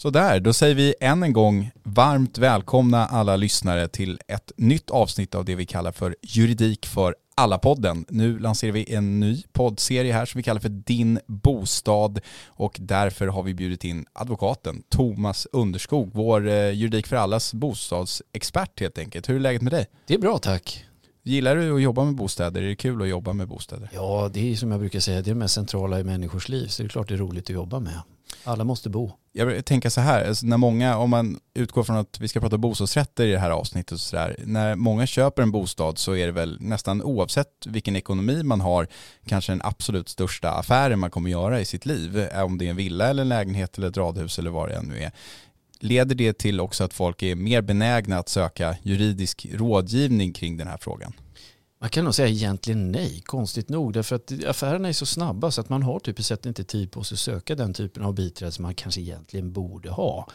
Så där, då säger vi än en gång varmt välkomna alla lyssnare till ett nytt avsnitt av det vi kallar för Juridik för alla-podden. Nu lanserar vi en ny poddserie här som vi kallar för Din bostad, och därför har vi bjudit in advokaten Thomas Underskog, vår Juridik för allas bostadsexpert helt enkelt. Hur är läget med dig? Det är bra, tack. Gillar du att jobba med bostäder? Är det kul att jobba med bostäder? Ja, det är som jag brukar säga, det är det mest centrala i människors liv, så det är klart det är roligt att jobba med. Alla måste bo. Jag tänker så här, alltså när många, om man utgår från att vi ska prata bostadsrätter i det här avsnittet och så där, när många köper en bostad så är det väl nästan oavsett vilken ekonomi man har kanske den absolut största affären man kommer göra i sitt liv, om det är en villa eller en lägenhet eller ett radhus eller vad det än nu är. Leder det till också att folk är mer benägna att söka juridisk rådgivning kring den här frågan? Man kan nog säga egentligen nej, konstigt nog. Därför att affärerna är så snabba så att man har typiskt sett inte tid på sig att söka den typen av biträde som man kanske egentligen borde ha.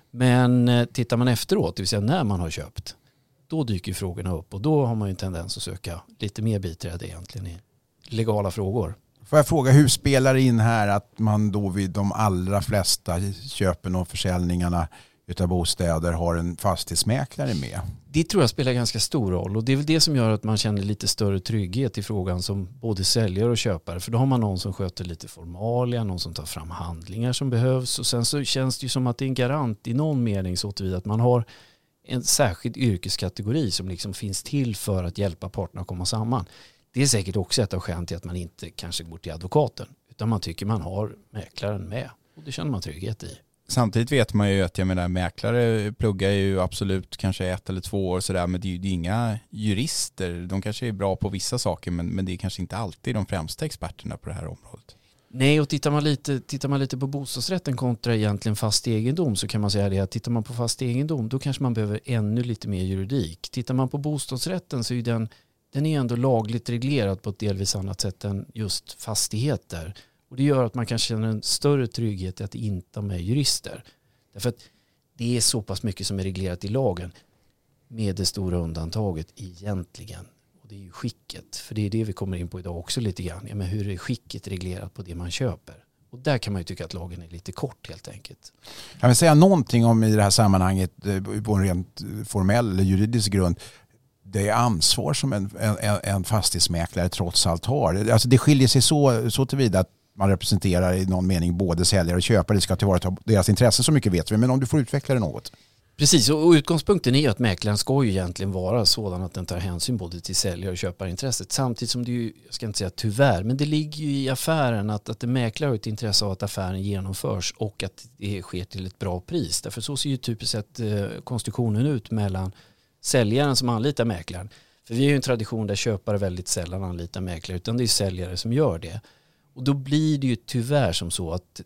Men tittar man efteråt, det vill säga när man har köpt, då dyker frågorna upp och då har man ju en tendens att söka lite mer biträde egentligen i legala frågor. Får jag fråga, hur spelar det in här att man då vid de allra flesta köpen och försäljningarna utav bostäder har en fastighetsmäklare med? Det tror jag spelar ganska stor roll, och det är väl det som gör att man känner lite större trygghet i frågan som både säljare och köpare. För då har man någon som sköter lite formalia, någon som tar fram handlingar som behövs, och sen så känns det ju som att det är en garant i någon mening så tillvida att man har en särskild yrkeskategori som liksom finns till för att hjälpa parterna att komma samman. Det är säkert också ett av skälen till att man inte kanske går till advokaten, utan man tycker man har mäklaren med, och det känner man trygghet i. Samtidigt vet man ju att mäklare pluggar ju absolut kanske 1 eller 2 år sådär, men det är ju inga jurister. De kanske är bra på vissa saker, men det är kanske inte alltid de främsta experterna på det här området. Nej, och tittar man lite på bostadsrätten kontra egentligen fast egendom, så kan man säga det att tittar man på fast egendom då kanske man behöver ännu lite mer juridik. Tittar man på bostadsrätten så är den är ändå lagligt reglerad på ett delvis annat sätt än just fastigheter. Och det gör att man kan känna en större trygghet i att inte ha med jurister. Därför att det är så pass mycket som är reglerat i lagen, med det stora undantaget egentligen. Och det är ju skicket. För det är det vi kommer in på idag också lite grann. Ja, men hur är skicket reglerat på det man köper? Och där kan man ju tycka att lagen är lite kort helt enkelt. Kan vi säga någonting om i det här sammanhanget på en rent formell eller juridisk grund? Det är ansvar som en fastighetsmäklare trots allt har. Alltså det skiljer sig så tillvida att man representerar i någon mening både säljare och köpare. Det ska tillvarata deras intresse, så mycket vet vi. Men om du får utveckla det något. Precis, och utgångspunkten är ju att mäklaren ska ju egentligen vara sådan att den tar hänsyn både till säljare och köparintresset. Samtidigt som det ju, jag ska inte säga tyvärr, men det ligger ju i affären att det mäklare har ett intresse av att affären genomförs och att det sker till ett bra pris. Därför så ser ju typiskt sett konstruktionen ut mellan säljaren som anlitar mäklaren. För vi har ju en tradition där köpare väldigt sällan anlitar mäklare, utan det är säljare som gör det. Och då blir det ju tyvärr som så att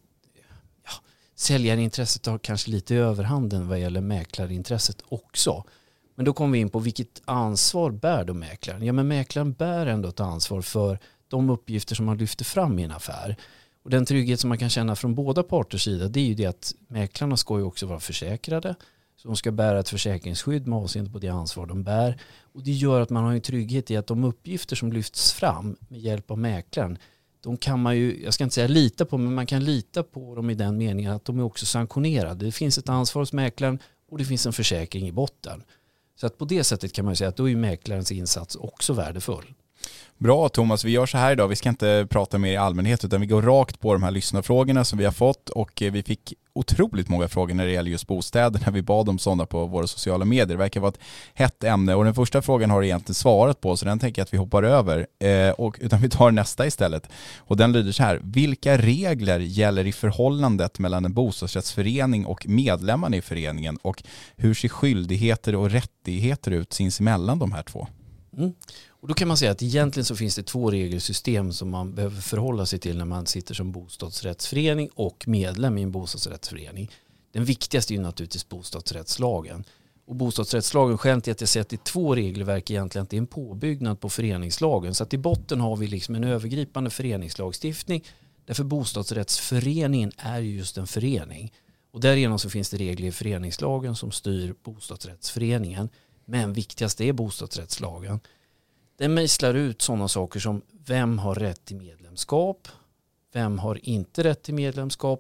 säljarintresset har kanske lite överhanden vad gäller mäklarintresset också. Men då kommer vi in på vilket ansvar bär då mäklaren? Ja, men mäklaren bär ändå ett ansvar för de uppgifter som man lyfter fram i en affär. Och den trygghet som man kan känna från båda parters sida, det är ju det att mäklarna ska ju också vara försäkrade. Så de ska bära ett försäkringsskydd med avseende på det ansvar de bär. Och det gör att man har en trygghet i att de uppgifter som lyfts fram med hjälp av mäklaren, de kan man ju, jag ska inte säga lita på, men man kan lita på dem i den meningen att de är också sanktionerade. Det finns ett ansvar hos mäklaren och det finns en försäkring i botten. Så att på det sättet kan man ju säga att då är mäklarens insats också värdefull. Bra Thomas, vi gör så här idag. Vi ska inte prata mer i allmänhet utan vi går rakt på de här lyssnarfrågorna som vi har fått, och vi fick otroligt många frågor när det gäller just bostäder när vi bad om sådana på våra sociala medier. Det verkar vara ett hett ämne, och den första frågan har du egentligen svarat på, så den tänker jag att vi hoppar över utan vi tar nästa istället. Och den lyder så här: vilka regler gäller i förhållandet mellan en bostadsrättsförening och medlemmarna i föreningen, och hur ser skyldigheter och rättigheter ut sinsemellan de här två? Och då kan man säga att egentligen så finns det 2 regelsystem som man behöver förhålla sig till när man sitter som bostadsrättsförening och medlem i en bostadsrättsförening. Den viktigaste är ju naturligtvis bostadsrättslagen. Och bostadsrättslagen, skämt är att jag säger att det är 2 regelverk egentligen, att det är en påbyggnad på föreningslagen. Så att i botten har vi liksom en övergripande föreningslagstiftning, därför bostadsrättsföreningen är ju just en förening. Och därigenom så finns det regler i föreningslagen som styr bostadsrättsföreningen. Men viktigast är bostadsrättslagen. Den mejslar ut sådana saker som vem har rätt till medlemskap, vem har inte rätt till medlemskap,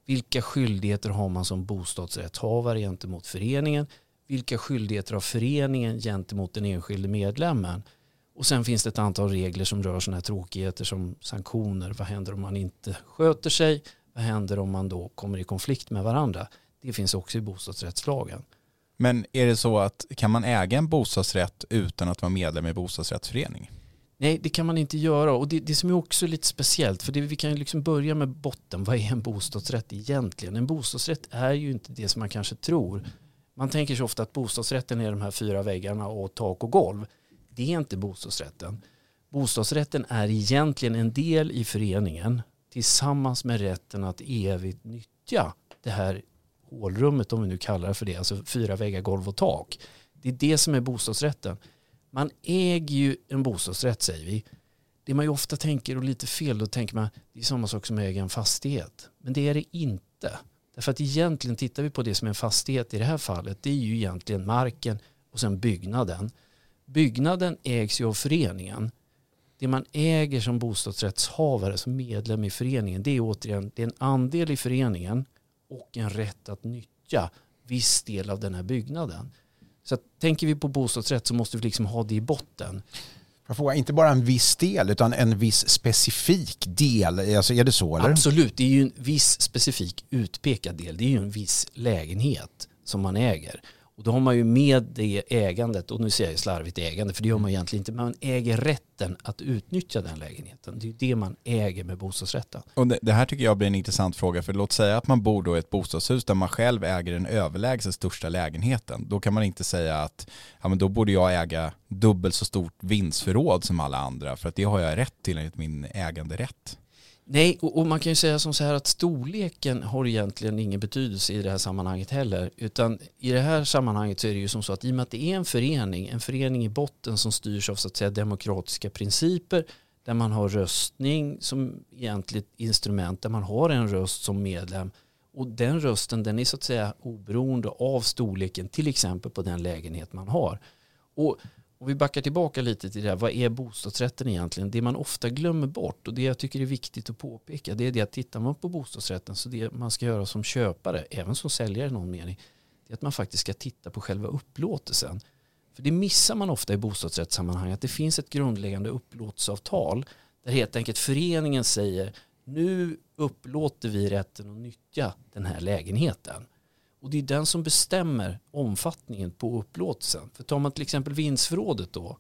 Vilka skyldigheter har man som bostadsrättshavare gentemot föreningen? Vilka skyldigheter har föreningen gentemot den enskilde medlemmen? Och sen finns det ett antal regler som rör sådana här tråkigheter som sanktioner. Vad händer om man inte sköter sig? Vad händer om man då kommer i konflikt med varandra? Det finns också i bostadsrättslagen. Men är det så att kan man äga en bostadsrätt utan att vara medlem i bostadsrättsförening? Nej, det kan man inte göra. Och det som är också lite speciellt, för vi kan ju liksom börja med botten. Vad är en bostadsrätt egentligen? En bostadsrätt är ju inte det som man kanske tror. Man tänker sig ofta att bostadsrätten är de här 4 väggarna och tak och golv. Det är inte bostadsrätten. Bostadsrätten är egentligen en del i föreningen tillsammans med rätten att evigt nyttja det här hålrummet, om vi nu kallar det för det, alltså 4 väggar, golv och tak. Det är det som är bostadsrätten. Man äger ju en bostadsrätt, säger vi. Det man ju ofta tänker, och lite fel, då tänker man det är samma sak som att äga en fastighet. Men det är det inte. Därför att egentligen tittar vi på det som en fastighet i det här fallet, det är ju egentligen marken och sen byggnaden. Byggnaden ägs ju av föreningen. Det man äger som bostadsrättshavare, som medlem i föreningen, det är återigen det är en andel i föreningen och en rätt att nyttja viss del av den här byggnaden. Så att, tänker vi på bostadsrätt så måste vi liksom ha det i botten. Jag får inte bara en viss del utan en viss specifik del. Alltså, är det så? Eller? Absolut, det är ju en viss specifik utpekad del. Det är ju en viss lägenhet som man äger. Och då har man ju med det ägandet, och nu säger jag slarvigt ägande, för det gör man egentligen inte. Man äger rätten att utnyttja den lägenheten. Det är ju det man äger med bostadsrätten. Och det här tycker jag blir en intressant fråga, för låt säga att man bor då i ett bostadshus där man själv äger den överlägset största lägenheten. Då kan man inte säga att ja, men då borde jag äga dubbelt så stort vinstförråd som alla andra, för att det har jag rätt till enligt min äganderätt. Nej, och man kan ju säga som så här att storleken har egentligen ingen betydelse i det här sammanhanget heller. Utan i det här sammanhanget så är det ju som så att i och med att det är en förening i botten som styrs av så att säga demokratiska principer, där man har röstning som egentligt instrument, där man har en röst som medlem. Och den rösten, den är så att säga oberoende av storleken, till exempel på den lägenhet man har. Och vi backar tillbaka lite till det här, vad är bostadsrätten egentligen? Det man ofta glömmer bort, och det jag tycker är viktigt att påpeka, det är det att tittar man på bostadsrätten, så det man ska göra som köpare, även som säljare i någon mening, det är att man faktiskt ska titta på själva upplåtelsen. För det missar man ofta i bostadsrättssammanhang, att det finns ett grundläggande upplåtelseavtal där helt enkelt föreningen säger nu upplåter vi rätten att nyttja den här lägenheten. Och det är den som bestämmer omfattningen på upplåtelsen. För tar man till exempel vindsförrådet då,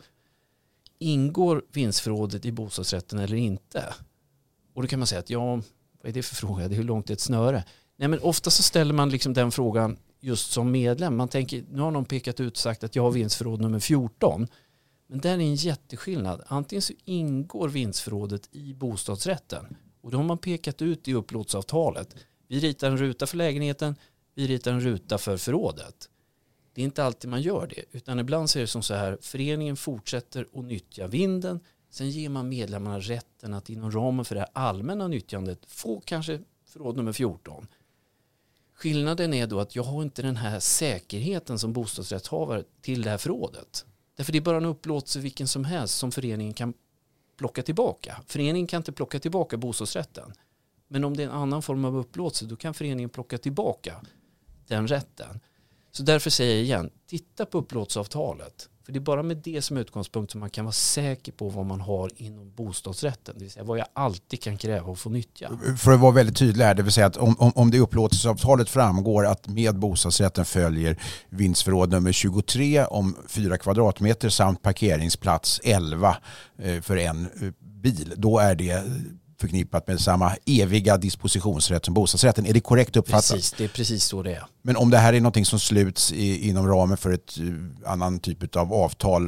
ingår vindsförrådet i bostadsrätten eller inte? Och då kan man säga att ja, vad är det för fråga? Det är hur långt är ett snöre? Nej, men ofta så ställer man liksom den frågan just som medlem. Man tänker, nu har någon pekat ut och sagt att jag har vindsförråd nummer 14. Men där är en jätteskillnad. Antingen så ingår vindsförrådet i bostadsrätten. Och då har man pekat ut i upplåtelseavtalet. Vi ritar en ruta för lägenheten. Vi ritar en ruta för förrådet. Det är inte alltid man gör det. Utan ibland så är det som så här. Föreningen fortsätter att nyttja vinden. Sen ger man medlemmarna rätten att inom ramen för det här allmänna nyttjandet få kanske förråd nummer 14. Skillnaden är då att jag har inte den här säkerheten som bostadsrättshavare till det här förrådet. Därför det är bara en upplåtelse vilken som helst som föreningen kan plocka tillbaka. Föreningen kan inte plocka tillbaka bostadsrätten. Men om det är en annan form av upplåtelse, då kan föreningen plocka tillbaka den rätten. Så därför säger jag igen, titta på upplåtelseavtalet. För det är bara med det som utgångspunkt som man kan vara säker på vad man har inom bostadsrätten. Det vill säga vad jag alltid kan kräva att få nyttja. För att vara väldigt tydlig här, det vill säga att om det i upplåtelseavtalet framgår att med bostadsrätten följer vindsförråd nummer 23 om 4 kvadratmeter samt parkeringsplats 11 för en bil, då är det förknippat med samma eviga dispositionsrätt som bostadsrätten. Är det korrekt uppfattat? Precis, det är precis så det är. Men om det här är något som sluts inom ramen för ett annan typ av avtal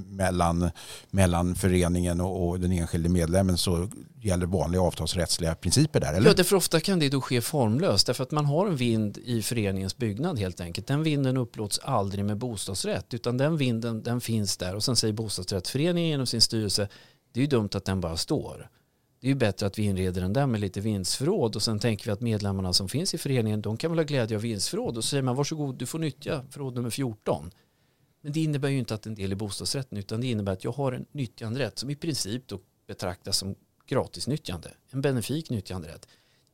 mellan föreningen och den enskilde medlemmen, så gäller vanliga avtalsrättsliga principer där, eller? Ja, därför ofta kan det då ske formlöst. Därför att man har en vind i föreningens byggnad helt enkelt. Den vinden upplåts aldrig med bostadsrätt, utan den vinden den finns där. Och sen säger bostadsrättsföreningen genom sin styrelse, det är ju dumt att den bara står. Det är ju bättre att vi inreder den där med lite vinstförråd, och sen tänker vi att medlemmarna som finns i föreningen, de kan väl ha glädje av vinstförråd, och så säger man varsågod, du får nyttja förråd nummer 14. Men det innebär ju inte att en del i bostadsrätten, utan det innebär att jag har en nyttjanderätt som i princip då betraktas som gratis nyttjande, en benefik nyttjanderätt.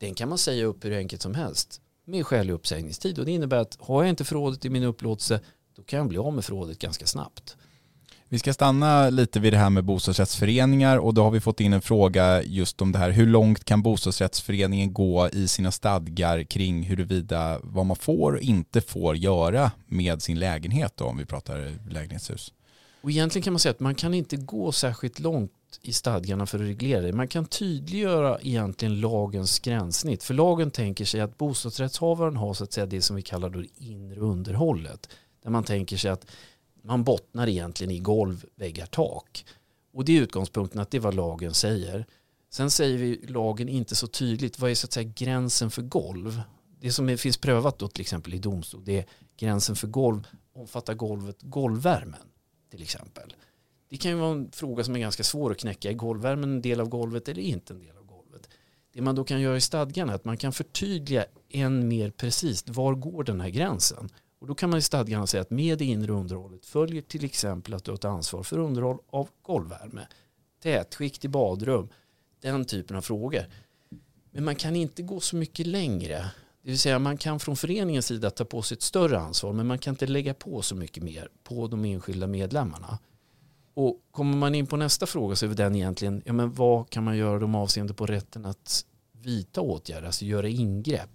den kan man säga upp hur enkelt som helst med skälig uppsägningstid. Och det innebär att har jag inte förrådet i min upplåtelse, då kan jag bli av med förrådet ganska snabbt. Vi ska stanna lite vid det här med bostadsrättsföreningar, och då har vi fått in en fråga just om det här. Hur långt kan bostadsrättsföreningen gå i sina stadgar kring huruvida vad man får och inte får göra med sin lägenhet då, om vi pratar lägenhetshus? Och egentligen kan man säga att man kan inte gå särskilt långt i stadgarna för att reglera det. Man kan tydliggöra egentligen lagens gränssnitt. För lagen tänker sig att bostadsrättshavaren har så att säga det som vi kallar då det inre underhållet. Där man tänker sig att man bottnar egentligen i golv, väggar, tak. Och det är utgångspunkten att det är vad lagen säger. Sen säger vi lagen inte så tydligt. Vad är så att säga gränsen för golv? Det som finns prövat då till exempel i domstol, det är gränsen för golv. Omfattar golvet golvvärmen till exempel? Det kan ju vara en fråga som är ganska svår att knäcka. Är golvvärmen en del av golvet eller inte en del av golvet? Det man då kan göra i stadgarna är att man kan förtydliga än mer precis var går den här gränsen. Och då kan man i stadgarna säga att med det inre underhållet följer till exempel att du har ett ansvar för underhåll av golvvärme, tätskikt i badrum, den typen av frågor. Men man kan inte gå så mycket längre. Det vill säga man kan från föreningens sida ta på sig ett större ansvar, men man kan inte lägga på så mycket mer på de enskilda medlemmarna. Och kommer man in på nästa fråga så är den egentligen, ja men vad kan man göra de avseende på rätten att vidta åtgärder, alltså göra ingrepp,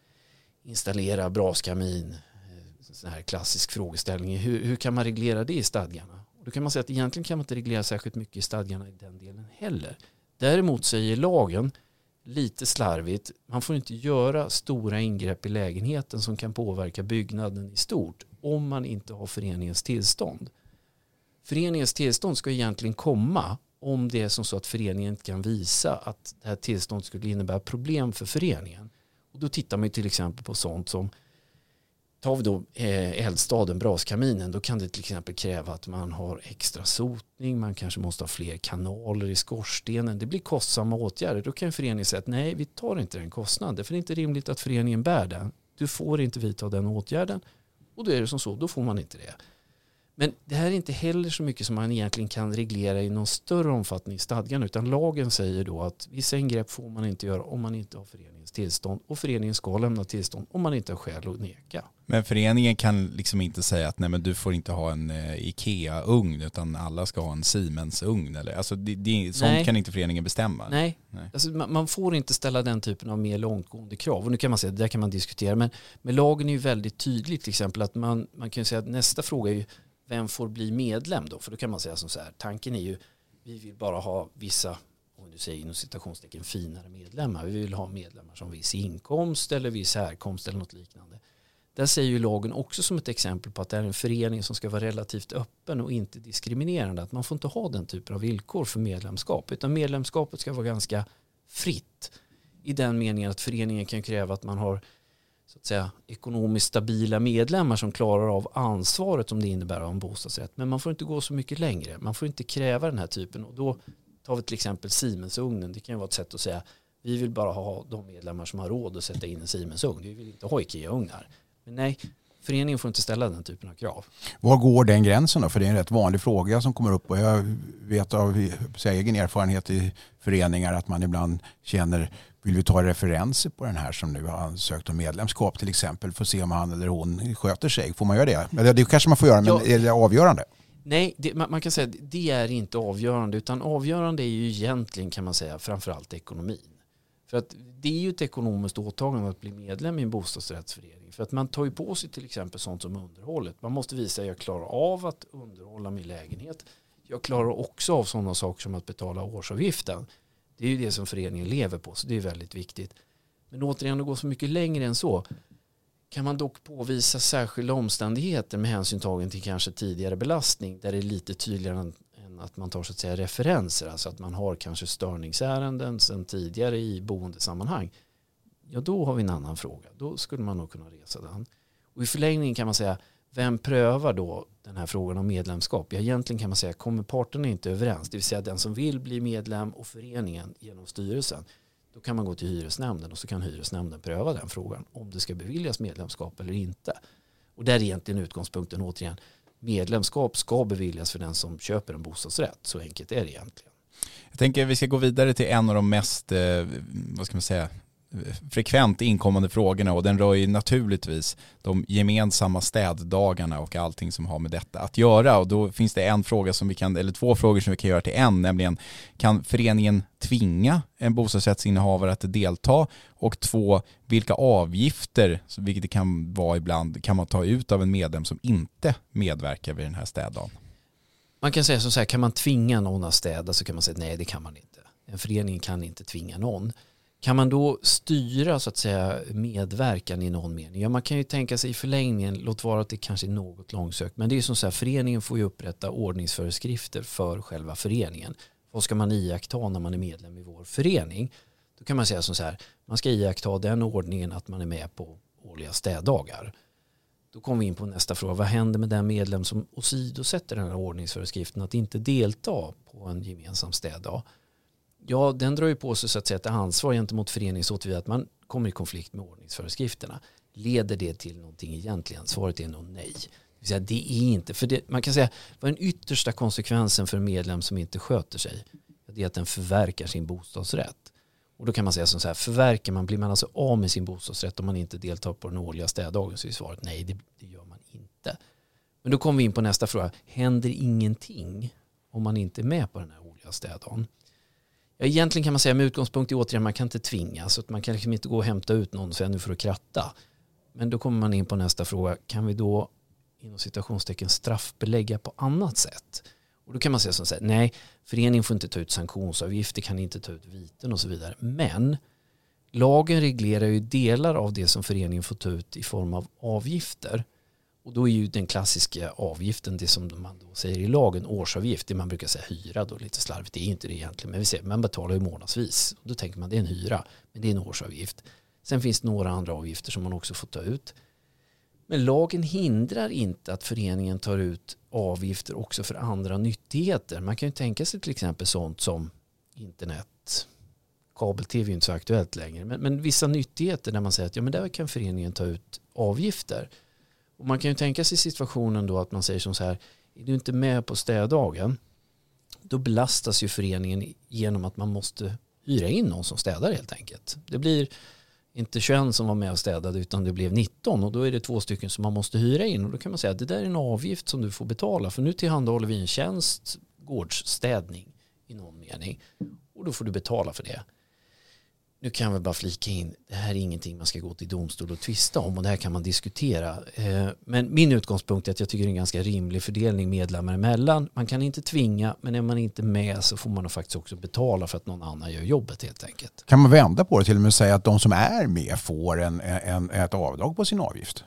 installera braskamin, sån här klassisk frågeställning. Hur kan man reglera det i stadgarna? Och då kan man säga att egentligen kan man inte reglera särskilt mycket i stadgarna i den delen heller. Däremot säger lagen lite slarvigt, man får inte göra stora ingrepp i lägenheten som kan påverka byggnaden i stort om man inte har föreningens tillstånd. Föreningens tillstånd ska egentligen komma om det är som så att föreningen inte kan visa att det här tillståndet skulle innebära problem för föreningen. Och då tittar man till exempel på sånt som, tar vi då eldstaden, braskaminen, då kan det till exempel kräva att man har extra sotning, man kanske måste ha fler kanaler i skorstenen. Det blir kostsamma åtgärder. Då kan föreningen säga att nej, vi tar inte den kostnaden, för det är inte rimligt att föreningen bär den. Du får inte vidta den åtgärden, och då är det som så, då får man inte det. Men det här är inte heller så mycket som man egentligen kan reglera i någon större omfattning i stadgan, utan lagen säger då att vissa ingrepp får man inte göra om man inte har föreningens tillstånd, och föreningen ska lämna tillstånd om man inte har skäl att neka. Men föreningen kan liksom inte säga att nej, men du får inte ha en IKEA-ugn utan alla ska ha en Siemens-ugn. Eller? Alltså sånt kan inte föreningen bestämma. Nej. Alltså, man får inte ställa den typen av mer långtgående krav. Och nu kan man säga, det där kan man diskutera. Men lagen är ju väldigt tydlig, till exempel att man kan ju säga att nästa fråga är ju vem får bli medlem då? För då kan man säga som så här, tanken är ju vi vill bara ha vissa, om du säger inom citationstecken, finare medlemmar. Vi vill ha medlemmar som viss inkomst eller viss härkomst eller något liknande. Där säger ju lagen också som ett exempel på att det är en förening som ska vara relativt öppen och inte diskriminerande. Att man får inte ha den typen av villkor för medlemskap, utan medlemskapet ska vara ganska fritt i den meningen att föreningen kan kräva att man har så att säga ekonomiskt stabila medlemmar som klarar av ansvaret som det innebär av en bostadsrätt. Men man får inte gå så mycket längre. Man får inte kräva den här typen. Och då tar vi till exempel Siemens-ugnen. Det kan ju vara ett sätt att säga vi vill bara ha de medlemmar som har råd att sätta in en Siemens-ugn. Vi vill inte ha IKEA-ugnar. Men nej, föreningen får inte ställa den typen av krav. Var går den gränsen då? För det är en rätt vanlig fråga som kommer upp. Och jag vet av egen erfarenhet i föreningar att man ibland känner, vill vi ta referenser på den här som nu har ansökt om medlemskap till exempel, för att se om han eller hon sköter sig. Får man göra det? Det kanske man får göra, men är det avgörande? Nej, man kan säga att det är inte avgörande, utan avgörande är ju egentligen, kan man säga, framförallt ekonomin. För att det är ju ett ekonomiskt åtagande att bli medlem i en bostadsrättsförening. För att man tar ju på sig till exempel sånt som underhållet. Man måste visa att jag klarar av att underhålla min lägenhet. Jag klarar också av sådana saker som att betala årsavgiften. Det är ju det som föreningen lever på, så det är väldigt viktigt. Men återigen, att gå så mycket längre än så kan man dock påvisa särskilda omständigheter med hänsyn tagen till kanske tidigare belastning, där det är lite tydligare än att man tar så att säga referenser, alltså att man har kanske störningsärenden sedan tidigare i boendesammanhang. Ja, då har vi en annan fråga. Då skulle man nog kunna resa den. Och i förlängningen kan man säga, vem prövar då den här frågan om medlemskap? Ja, egentligen kan man säga, kommer parterna inte överens, det vill säga den som vill bli medlem och föreningen genom styrelsen, då kan man gå till hyresnämnden och så kan hyresnämnden pröva den frågan om det ska beviljas medlemskap eller inte. Och där är egentligen utgångspunkten återigen, medlemskap ska beviljas för den som köper en bostadsrätt. Så enkelt är det egentligen. Jag tänker att vi ska gå vidare till en av de mest, vad ska man säga, frekvent inkommande frågorna, och den rör ju naturligtvis de gemensamma städdagarna och allting som har med detta att göra. Och då finns det en fråga som vi kan, eller två frågor som vi kan göra till en, nämligen kan föreningen tvinga en bostadsrättsinnehavare att delta? Och 2, vilka avgifter, vilket det kan vara ibland, kan man ta ut av en medlem som inte medverkar vid den här städdagen? Man kan säga så här, kan man tvinga någon att städa, så kan man säga nej, det kan man inte. En förening kan inte tvinga någon. Kan man då styra så att säga medverkan i någon mening? Ja, man kan ju tänka sig i förlängningen, låt vara att det kanske är något långsökt, men det är som så här, föreningen får ju upprätta ordningsföreskrifter för själva föreningen. Vad ska man iaktta när man är medlem i vår förening? Då kan man säga som så här, man ska iaktta den ordningen att man är med på årliga städdagar. Då kommer vi in på nästa fråga. Vad händer med den medlem som åsidosätter den här ordningsföreskriften att inte delta på en gemensam städdag? Ja, den drar ju på sig så att säga ett ansvar gentemot föreningen så att man kommer i konflikt med ordningsföreskrifterna. Leder det till någonting egentligen? Svaret är nog nej. Det är inte, för det, man kan säga vad den yttersta konsekvensen för en medlem som inte sköter sig, det är att den förverkar sin bostadsrätt. Och då kan man säga som så här, förverkar man, blir man alltså av med sin bostadsrätt om man inte deltar på den årliga städdagen, så är svaret nej, det gör man inte. Men då kommer vi in på nästa fråga. Händer ingenting om man inte är med på den här årliga städdagen? Ja, egentligen kan man säga med utgångspunkt i återigen, man kan inte tvinga, så att man kan liksom inte gå och hämta ut någon och säga nu för att kratta. Men då kommer man in på nästa fråga. Kan vi då inom citationstecken straffbelägga på annat sätt? Och då kan man säga som så här, nej, föreningen får inte ta ut sanktionsavgifter, kan inte ta ut viten och så vidare. Men lagen reglerar ju delar av det som föreningen får ta ut i form av avgifter. Och då är ju den klassiska avgiften, det som man då säger i lagen, årsavgift, det man brukar säga hyra då, lite slarvigt, det är inte det egentligen, men vi ser, man betalar ju månadsvis. Och då tänker man det är en hyra, men det är en årsavgift. Sen finns det några andra avgifter som man också får ta ut. Men lagen hindrar inte att föreningen tar ut avgifter också för andra nyttigheter. Man kan ju tänka sig till exempel sånt som internet, kabel-tv är inte så aktuellt längre, men vissa nyttigheter där man säger att ja, men där kan föreningen ta ut avgifter. Och man kan ju tänka sig situationen då att man säger som så här, är du inte med på städdagen, då belastas ju föreningen genom att man måste hyra in någon som städar helt enkelt. Det blir inte 21 som var med och städade, utan det blev 19, och då är det 2 stycken som man måste hyra in, och då kan man säga att det där är en avgift som du får betala, för nu tillhandahåller vi en tjänst, gårdsstädning i någon mening, och då får du betala för det. Nu kan jag väl bara flika in, det här är ingenting man ska gå till domstol och tvista om, och det här kan man diskutera. Men min utgångspunkt är att jag tycker det är en ganska rimlig fördelning medlemmar emellan. Man kan inte tvinga, men är man inte med så får man faktiskt också betala för att någon annan gör jobbet helt enkelt. Kan man vända på det till och med säga att de som är med får ett avdrag på sin avgift?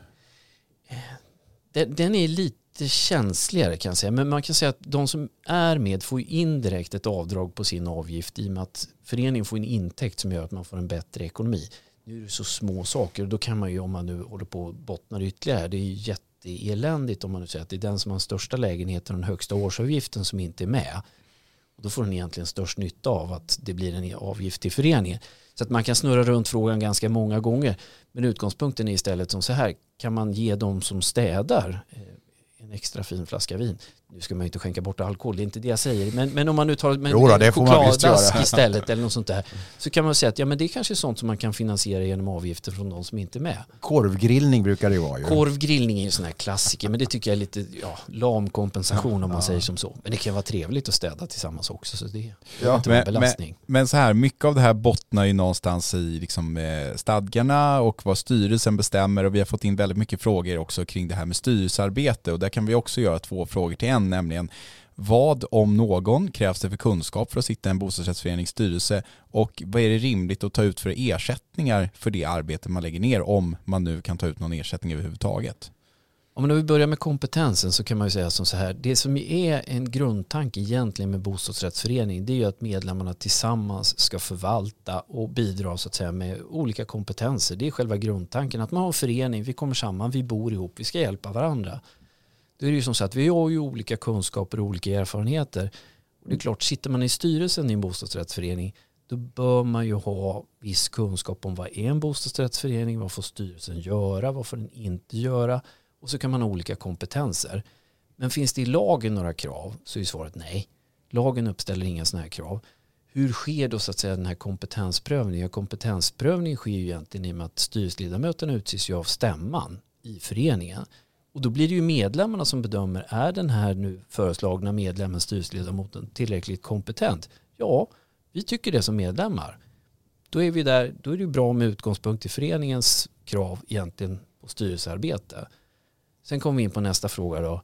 Den är lite känsligare kan jag säga, men man kan säga att de som är med får ju indirekt ett avdrag på sin avgift i och med att föreningen får en intäkt som gör att man får en bättre ekonomi. Nu är det så små saker, och då kan man ju, om man nu håller på och bottnar ytterligare, det är ju jätteeländigt om man nu säger att det är den som har den största lägenheten och den högsta årsavgiften som inte är med. Och då får den egentligen störst nytta av att det blir en avgift till föreningen. Så att man kan snurra runt frågan ganska många gånger. Men utgångspunkten är istället som så här, kan man ge dem som städar en extra fin flaska vin? Nu ska man ju inte skänka bort alkohol, det är inte det jag säger. Men om man nu tar en chokladask istället eller något sånt där, så kan man säga att ja, men det är kanske sånt som man kan finansiera genom avgifter från de som inte är med. Korvgrillning brukar det vara ju. Korvgrillning är en sån här klassiker, men det tycker jag är lite lam kompensation om man säger som så. Men det kan vara trevligt att städa tillsammans också, så det är inte en belastning. Men så här, mycket av det här bottnar ju någonstans i liksom, stadgarna och vad styrelsen bestämmer, och vi har fått in väldigt mycket frågor också kring det här med styrelsearbete, och där kan vi också göra 2 frågor till en, nämligen vad om någon krävs det för kunskap för att sitta i en bostadsrättsförenings styrelse, och vad är det rimligt att ta ut för ersättningar för det arbete man lägger ner, om man nu kan ta ut någon ersättning överhuvudtaget? Om vi börjar med kompetensen så kan man ju säga som så här, det som är en grundtanke egentligen med bostadsrättsförening, det är ju att medlemmarna tillsammans ska förvalta och bidra så att säga med olika kompetenser. Det är själva grundtanken, att man har en förening, vi kommer samman, vi bor ihop, vi ska hjälpa varandra. Det är ju som så att vi har ju olika kunskaper och olika erfarenheter. Och det är klart, sitter man i styrelsen i en bostadsrättsförening, då bör man ju ha viss kunskap om vad är en bostadsrättsförening, vad får styrelsen göra, vad får den inte göra, och så kan man ha olika kompetenser. Men finns det i lagen några krav, så är svaret nej. Lagen uppställer inga sådana här krav. hur sker då så att säga den här kompetensprövningen? Kompetensprövningen sker ju egentligen i och med att styrelseledamöterna utses ju av stämman i föreningen. Och då blir det ju medlemmarna som bedömer, är den här nu föreslagna medlemmen, styrelseledamoten, tillräckligt kompetent? Ja, vi tycker det som medlemmar. Då är vi där, då är det bra med utgångspunkt i föreningens krav egentligen på styrelsearbete. Sen kommer vi in på nästa fråga då.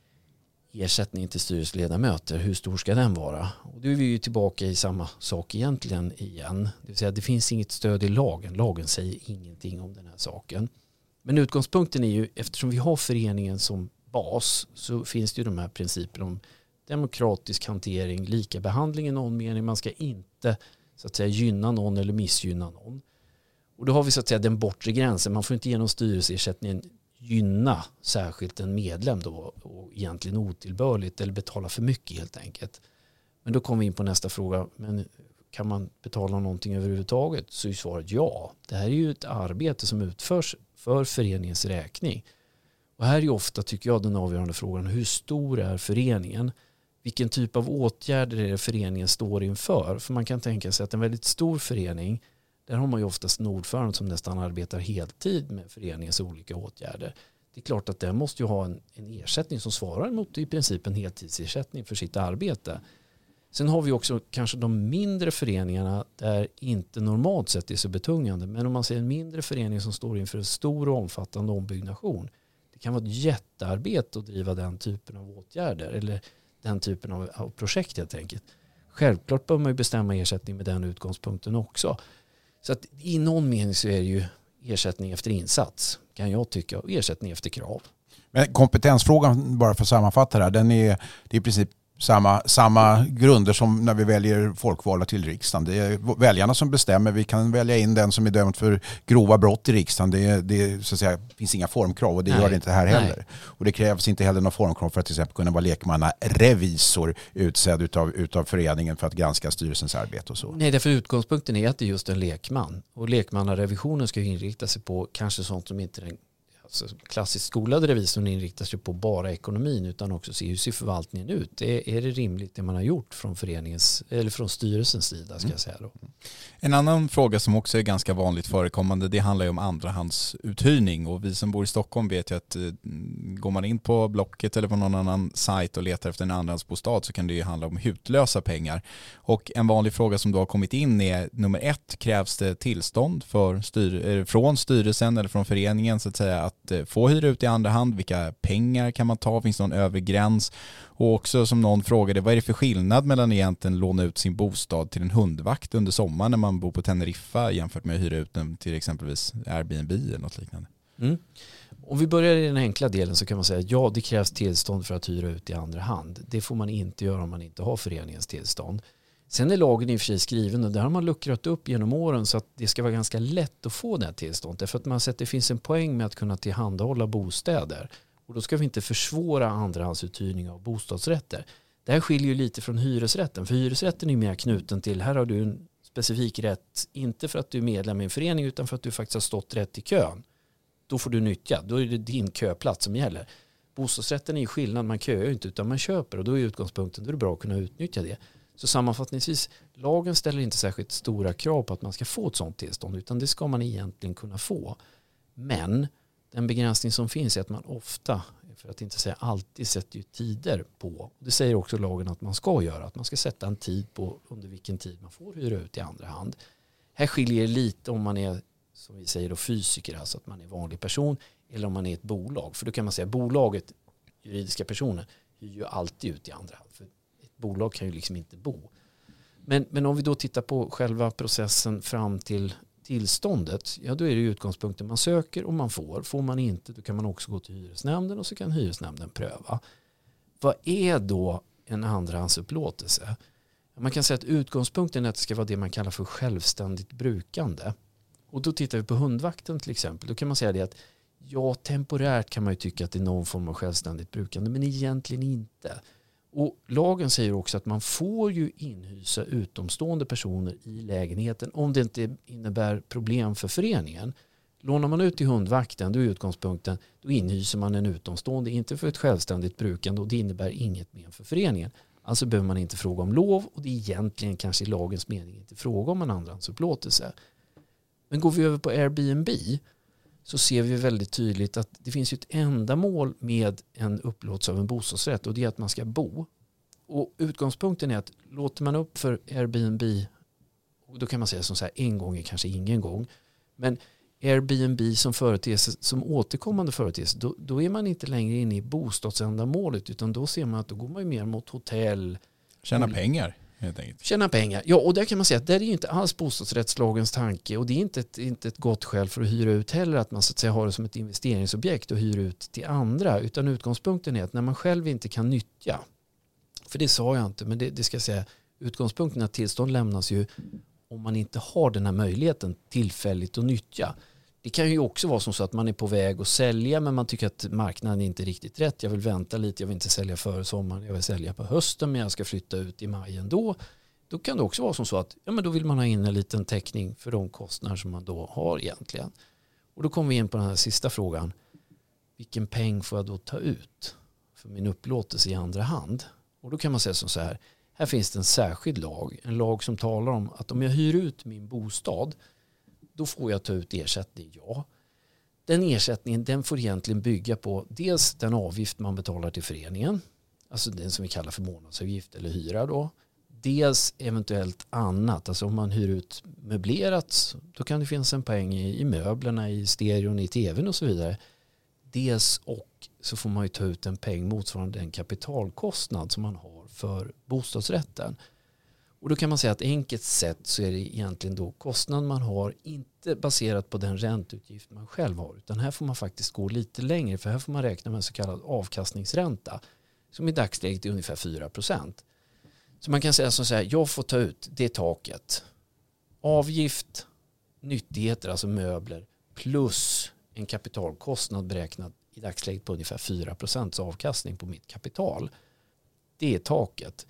Ersättning till styrelseledamöter, hur stor ska den vara? Och då är vi ju tillbaka i samma sak egentligen igen. Det vill säga det finns inget stöd i lagen. Lagen säger ingenting om den här saken. Men utgångspunkten är ju, eftersom vi har föreningen som bas, så finns det ju de här principerna om demokratisk hantering, lika behandling i någon mening. Man ska inte så att säga gynna någon eller missgynna någon. Och då har vi så att säga den bortre gränsen. Man får inte genom styrelseersättningen gynna särskilt en medlem då och egentligen otillbörligt eller betala för mycket helt enkelt. Men då kommer vi in på nästa fråga. Men kan man betala någonting överhuvudtaget? Så är svaret ja. Det här är ju ett arbete som utförs för föreningens räkning. Och här är ju ofta, tycker jag, den avgörande frågan. Hur stor är föreningen? Vilken typ av åtgärder är det föreningen står inför? För man kan tänka sig att en väldigt stor förening, där har man ju oftast en ordförande som nästan arbetar heltid med föreningens olika åtgärder. Det är klart att den måste ju ha en ersättning som svarar mot i princip en heltidsersättning för sitt arbete. Sen har vi också kanske de mindre föreningarna där inte normalt sett är så betungande. Men om man ser en mindre förening som står inför en stor och omfattande ombyggnation. Det kan vara ett jättearbete att driva den typen av åtgärder eller den typen av projekt helt enkelt. Självklart bör man ju bestämma ersättning med den utgångspunkten också. Så att i någon mening så är det ju ersättning efter insats, kan jag tycka, och ersättning efter krav. Men kompetensfrågan, bara för att sammanfatta det här, det är i princip samma grunder som när vi väljer folkvalda till riksdagen. Det är väljarna som bestämmer. Vi kan välja in den som är dömd för grova brott i riksdagen. Det så att säga, finns inga formkrav och det gör det inte här heller. Nej. Och det krävs inte heller några formkrav för att till exempel kunna vara lekmannarevisor utsedd utav föreningen för att granska styrelsens arbete och så. Nej, därför utgångspunkten är att det är just en lekman. Och lekmannarevisionen ska inrikta sig på kanske sånt som inte den klassiskt skolade revisorn inriktar sig på bara ekonomin utan också se hur ser förvaltningen ut. Är det rimligt det man har gjort från föreningens eller från styrelsens sida ska jag säga då. En annan fråga som också är ganska vanligt förekommande, det handlar ju om andrahandsuthyrning, och vi som bor i Stockholm vet ju att går man in på Blocket eller på någon annan sajt och letar efter en andrahandsbostad så kan det ju handla om hutlösa pengar. Och en vanlig fråga som då har kommit in är nummer 1, krävs det tillstånd från styrelsen eller från föreningen så att säga att få hyra ut i andra hand? Vilka pengar kan man ta? Finns det någon övre gräns? Och också som någon frågade, vad är det för skillnad mellan egentligen låna ut sin bostad till en hundvakt under sommaren när man bor på Teneriffa jämfört med att hyra ut den till exempelvis Airbnb eller något liknande? Om vi börjar i den enkla delen så kan man säga att ja, det krävs tillstånd för att hyra ut i andra hand. Det får man inte göra om man inte har föreningens tillstånd. Sen är lagen i och för sig skriven och där har man luckrat upp genom åren så att det ska vara ganska lätt att få det här tillståndet. Därför att man sett att det finns en poäng med att kunna tillhandahålla bostäder. Och då ska vi inte försvåra andrahandsuthyrning av bostadsrätter. Det här skiljer ju lite från hyresrätten. För hyresrätten är mer knuten till, här har du en specifik rätt, inte för att du är medlem i en förening utan för att du faktiskt har stått rätt i kön. Då får du nyttja, då är det din köplats som gäller. Bostadsrätten är ju skillnad, man köar ju inte utan man köper och då är utgångspunkten, då är det bra att kunna utnyttja det. Så sammanfattningsvis, lagen ställer inte särskilt stora krav på att man ska få ett sådant tillstånd utan det ska man egentligen kunna få. Men den begränsning som finns är att man ofta, för att inte säga alltid, sätter ju tider på. Det säger också lagen att man ska göra, att man ska sätta en tid på under vilken tid man får hyra ut i andra hand. Här skiljer det lite om man är, som vi säger då, fysiker, alltså att man är vanlig person, eller om man är ett bolag. För då kan man säga bolaget, juridiska personer, hyr ju alltid ut i andra hand. För ett bolag kan ju liksom inte bo. Men om vi då tittar på själva processen fram till tillståndet, ja då är det utgångspunkten man söker och man får. Får man inte, då kan man också gå till hyresnämnden och så kan hyresnämnden pröva. Vad är då en andrahandsupplåtelse? Man kan säga att utgångspunkten är att det ska vara det man kallar för självständigt brukande. Och då tittar vi på hundvakten till exempel. Då kan man säga det att ja, temporärt kan man ju tycka att det är någon form av självständigt brukande, men egentligen inte. Och lagen säger också att man får ju inhysa utomstående personer i lägenheten om det inte innebär problem för föreningen. Lånar man ut till hundvakten, då är utgångspunkten, då inhyser man en utomstående, inte för ett självständigt brukande och det innebär inget men för föreningen. Alltså behöver man inte fråga om lov och det är egentligen kanske i lagens mening inte fråga om en andrahandsupplåtelse. Men går vi över på Airbnb så ser vi väldigt tydligt att det finns ju ett ändamål med en upplåtelse av en bostadsrätt och det är att man ska bo. Och utgångspunkten är att låter man upp för Airbnb, och då kan man säga som så här, en gång är kanske ingen gång, men Airbnb som företeelse, som återkommande företeelse, då är man inte längre inne i bostadsändamålet utan då ser man att då går man ju mer mot hotell. Tjäna pengar helt enkelt. Tjäna pengar, ja, och där kan man säga att det är ju inte alls bostadsrättslagens tanke och det är inte ett gott skäl för att hyra ut heller att man så att säga har det som ett investeringsobjekt och hyra ut till andra, utan utgångspunkten är att när man själv inte kan nyttja, för det sa jag inte, men det ska jag säga, utgångspunkten är att tillstånd lämnas ju om man inte har den här möjligheten tillfälligt att nyttja. Det kan ju också vara som så att man är på väg att sälja men man tycker att marknaden är inte riktigt rätt. Jag vill vänta lite, jag vill inte sälja före sommaren, jag vill sälja på hösten men jag ska flytta ut i maj ändå. Då kan det också vara som så att ja, men då vill man ha in en liten täckning för de kostnader som man då har egentligen. Och då kommer vi in på den här sista frågan. Vilken peng får jag då ta ut för min upplåtelse i andra hand? Och då kan man säga som så här. Här finns det en särskild lag. En lag som talar om att om jag hyr ut min bostad då får jag ta ut ersättning, ja. Den ersättningen den får egentligen bygga på dels den avgift man betalar till föreningen. Alltså den som vi kallar för månadsavgift eller hyra då. Dels eventuellt annat. Alltså om man hyr ut möblerat då kan det finnas en peng i möblerna, i stereon, i tvn och så vidare. Dels och så får man ju ta ut en peng motsvarande den kapitalkostnad som man har för bostadsrätten. Och då kan man säga att enkelt sett så är det egentligen då kostnaden man har inte baserat på den ränteutgift man själv har. Utan här får man faktiskt gå lite längre för här får man räkna med en så kallad avkastningsränta som i dagsläget är ungefär 4%. Så man kan säga så här, jag får ta ut det taket. Avgift, nyttigheter, alltså möbler plus en kapitalkostnad beräknad i dagsläget på ungefär 4% avkastning på mitt kapital. Det är taket.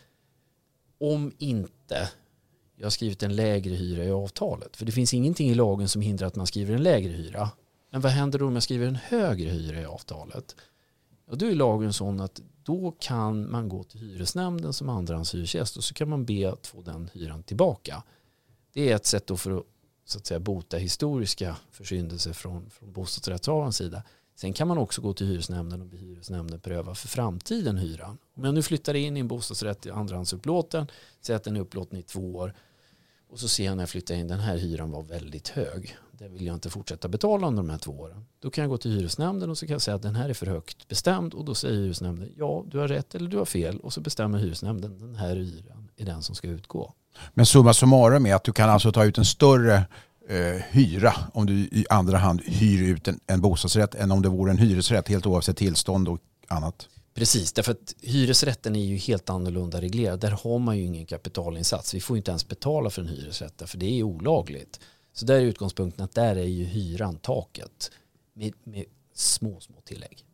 Om inte jag har skrivit en lägre hyra i avtalet. För det finns ingenting i lagen som hindrar att man skriver en lägre hyra. Men vad händer då om jag skriver en högre hyra i avtalet? Ja, då är lagen sån att då kan man gå till hyresnämnden som andrahandshyresgäst och så kan man be att få den hyran tillbaka. Det är ett sätt då för att, så att säga, bota historiska försyndelser från bostadsrättshavarens sida. Sen kan man också gå till hyresnämnden och be hyresnämnden pröva för framtiden hyran. Om jag nu flyttar in i en bostadsrätt i andrahandsupplåten, säger att den är upplåten i 2 år och så ser jag när jag flyttar in den här hyran var väldigt hög. Det vill jag inte fortsätta betala under de här 2 åren. Då kan jag gå till hyresnämnden och så kan jag säga att den här är för högt bestämd och då säger hyresnämnden ja, du har rätt eller du har fel och så bestämmer hyresnämnden den här hyran är den som ska utgå. Men summa summarum är att du kan alltså ta ut en större hyra om du i andra hand hyr ut en bostadsrätt än om det vore en hyresrätt helt oavsett tillstånd och annat. Precis, därför att hyresrätten är ju helt annorlunda reglerad. Där har man ju ingen kapitalinsats. Vi får inte ens betala för en hyresrätt för det är olagligt. Så där är utgångspunkten att där är ju hyran taket med små tillägg.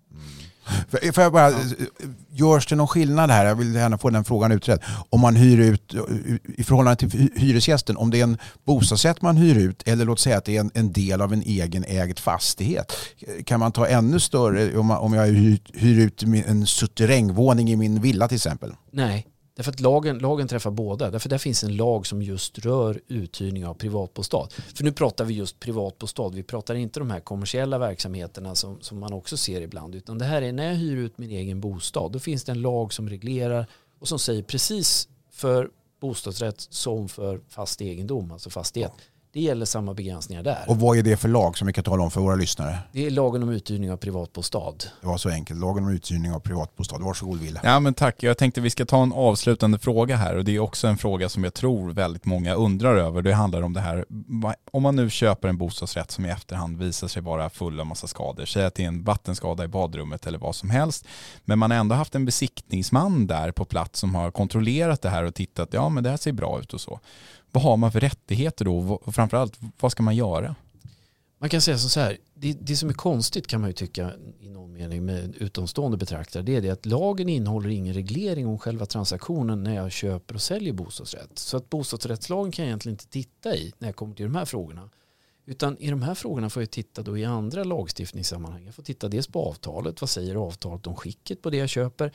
Får jag bara, görs det någon skillnad här? Jag vill gärna få den frågan utredd. Om man hyr ut i förhållande till hyresgästen, om det är en bostadsrätt man hyr ut eller låt säga att det är en del av en egen ägd fastighet. Kan man ta ännu större om jag hyr ut en suterrängvåning i min villa till exempel? Nej. Därför att lagen träffar båda. Därför där finns en lag som just rör uthyrning av privatbostad. För nu pratar vi just privatbostad. Vi pratar inte de här kommersiella verksamheterna som man också ser ibland. Utan det här är när jag hyr ut min egen bostad. Då finns det en lag som reglerar och som säger precis för bostadsrätt som för fast egendom, alltså fastighet. Det gäller samma begränsningar där. Och vad är det för lag som vi kan tala om för våra lyssnare? Det är lagen om uthyrning av privatbostad. Det var så enkelt. Lagen om uthyrning av privatbostad. Varsågod Wille. Ja men tack. Jag tänkte vi ska ta en avslutande fråga här och det är också en fråga som jag tror väldigt många undrar över. Det handlar om det här. Om man nu köper en bostadsrätt som i efterhand visar sig vara full av massa skador. Säg att det är en vattenskada i badrummet eller vad som helst. Men man har ändå haft en besiktningsman där på plats som har kontrollerat det här och tittat. Ja men det här ser bra ut och så. Vad har man för rättigheter då? Och framförallt, vad ska man göra? Man kan säga så här, det som är konstigt kan man ju tycka i någon mening med utomstående betraktare, det är det att lagen innehåller ingen reglering om själva transaktionen när jag köper och säljer bostadsrätt. Så att bostadsrättslagen kan jag egentligen inte titta i när jag kommer till de här frågorna. Utan i de här frågorna får jag titta då i andra lagstiftningssammanhang. Jag får titta dels på avtalet, vad säger avtalet om skicket på det jag köper?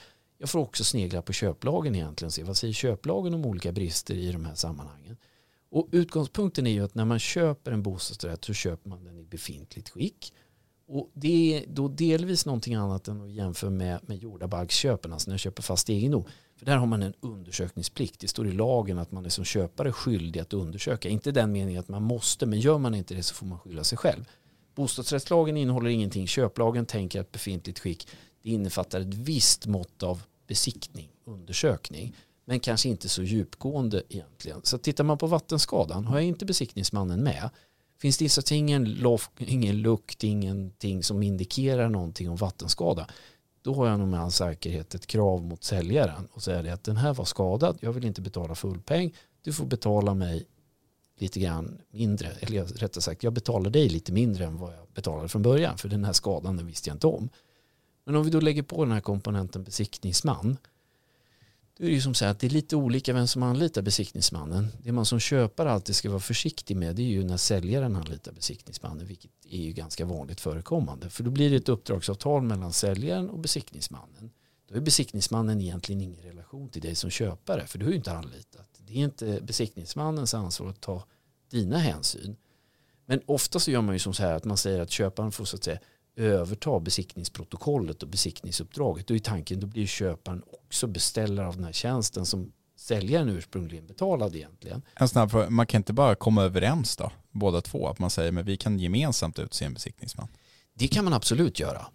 Jag får också snegla på köplagen egentligen. Se vad säger köplagen om olika brister i de här sammanhangen. Och utgångspunkten är ju att när man köper en bostadsrätt så köper man den i befintligt skick. Och det är då delvis någonting annat än att jämföra med jordabalksköpen, alltså när jag köper fast egendom. För där har man en undersökningsplikt. Det står i lagen att man är som köpare skyldig att undersöka. Inte den meningen att man måste, men gör man inte det så får man skylla sig själv. Bostadsrättslagen innehåller ingenting. Köplagen tänker att befintligt skick, det innefattar ett visst mått av besiktning, undersökning. Men kanske inte så djupgående egentligen. Så tittar man på vattenskadan, har jag inte besiktningsmannen med, finns det så att ingen lukt, ingenting som indikerar någonting om vattenskada, då har jag nog med all säkerhet ett krav mot säljaren och säger att den här var skadad, jag vill inte betala full peng, du får betala mig lite grann mindre, eller rättare sagt, jag betalar dig lite mindre än vad jag betalade från början, för den här skadan den visste jag inte om. Men om vi då lägger på den här komponenten besiktningsman, då är det ju som så att det är lite olika vem som anlitar besiktningsmannen. Det man som köpare alltid ska vara försiktig med, det är ju när säljaren anlitar besiktningsmannen, vilket är ju ganska vanligt förekommande. För då blir det ett uppdragsavtal mellan säljaren och besiktningsmannen. Då är besiktningsmannen egentligen ingen relation till dig som köpare, för du har ju inte anlitat. Det är inte besiktningsmannens ansvar att ta dina hänsyn. Men ofta så gör man ju som så här att man säger att köparen får så att säga överta besiktningsprotokollet och besiktningsuppdraget. Då är tanken, då blir köparen också beställare av den här tjänsten som säljaren ursprungligen betalade egentligen. En snabb fråga, man kan inte bara komma överens då, båda två, att man säger men vi kan gemensamt utse en besiktningsman? Det kan man absolut göra.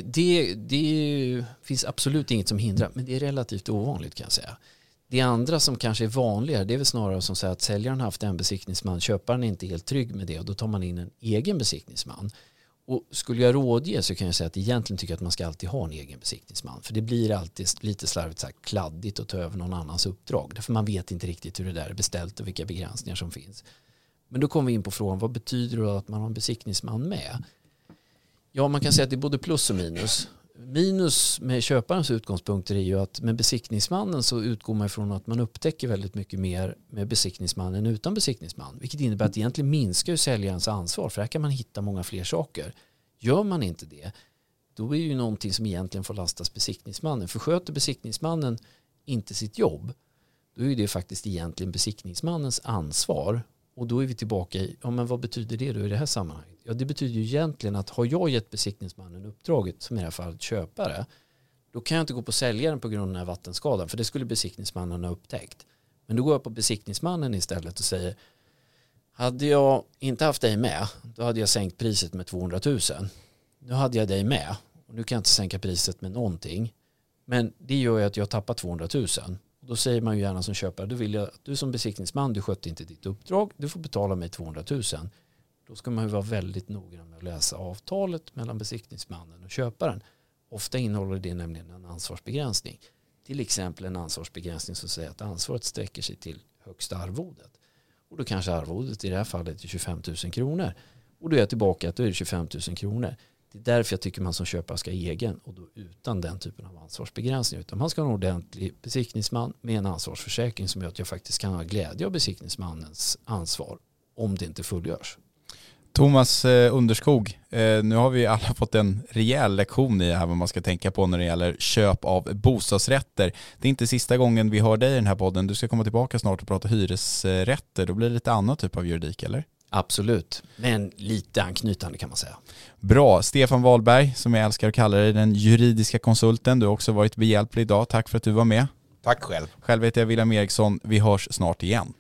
Det finns absolut inget som hindrar, men det är relativt ovanligt kan jag säga. Det andra som kanske är vanligare, det är väl snarare som säger att säljaren har haft en besiktningsman, köparen är inte helt trygg med det och då tar man in en egen besiktningsman. Och skulle jag rådge så kan jag säga att egentligen tycker jag att man ska alltid ha en egen besiktningsman. För det blir alltid lite slarvigt sagt kladdigt att ta över någon annans uppdrag. Därför man vet inte riktigt hur det där är beställt och vilka begränsningar som finns. Men då kommer vi in på frågan, vad betyder det att man har en besiktningsman med? Ja, man kan säga att det är både plus och minus. Minus med köparens utgångspunkter är ju att med besiktningsmannen så utgår man ifrån att man upptäcker väldigt mycket mer med besiktningsmannen utan besiktningsman. Vilket innebär att egentligen minskar ju säljarens ansvar, för här kan man hitta många fler saker. Gör man inte det, då är det ju någonting som egentligen får lastas besiktningsmannen. För sköter besiktningsmannen inte sitt jobb, då är det faktiskt egentligen besiktningsmannens ansvar. Och då är vi tillbaka i, ja men vad betyder det då i det här sammanhanget? Ja, det betyder ju egentligen att har jag gett besiktningsmannen uppdraget, som i det här fallet köpare, då kan jag inte gå på säljaren på grund av den här vattenskadan, för det skulle besiktningsmannen ha upptäckt. Men då går jag på besiktningsmannen istället och säger, hade jag inte haft dig med, då hade jag sänkt priset med 200 000. Nu hade jag dig med och nu kan jag inte sänka priset med någonting. Men det gör ju att jag tappar 200 000. Då säger man ju gärna som köpare, då vill jag att du som besiktningsman, du skötte inte ditt uppdrag, du får betala mig 200 000. Då ska man ju vara väldigt noggrann med att läsa avtalet mellan besiktningsmannen och köparen. Ofta innehåller det nämligen en ansvarsbegränsning. Till exempel en ansvarsbegränsning som säger att ansvaret sträcker sig till högsta arvodet. Och då kanske arvodet i det här fallet är 25 000 kronor. Och då är jag tillbaka att då är det 25 000 kronor. Det är därför jag tycker man som köpare ska ha egen och då utan den typen av ansvarsbegränsning. Utan man ska ha en ordentlig besiktningsman med en ansvarsförsäkring som gör att jag faktiskt kan ha glädje av besiktningsmannens ansvar om det inte fullgörs. Thomas Underskog, nu har vi alla fått en rejäl lektion i här vad man ska tänka på när det gäller köp av bostadsrätter. Det är inte sista gången vi hör dig i den här podden. Du ska komma tillbaka snart och prata hyresrätter. Då blir det lite annan typ av juridik, eller? Absolut, men lite anknytande kan man säga. Bra, Stefan Wahlberg, som jag älskar att kalla dig, den juridiska konsulten. Du har också varit behjälplig idag. Tack för att du var med. Tack själv. Själv heter jag William Eriksson. Vi hörs snart igen.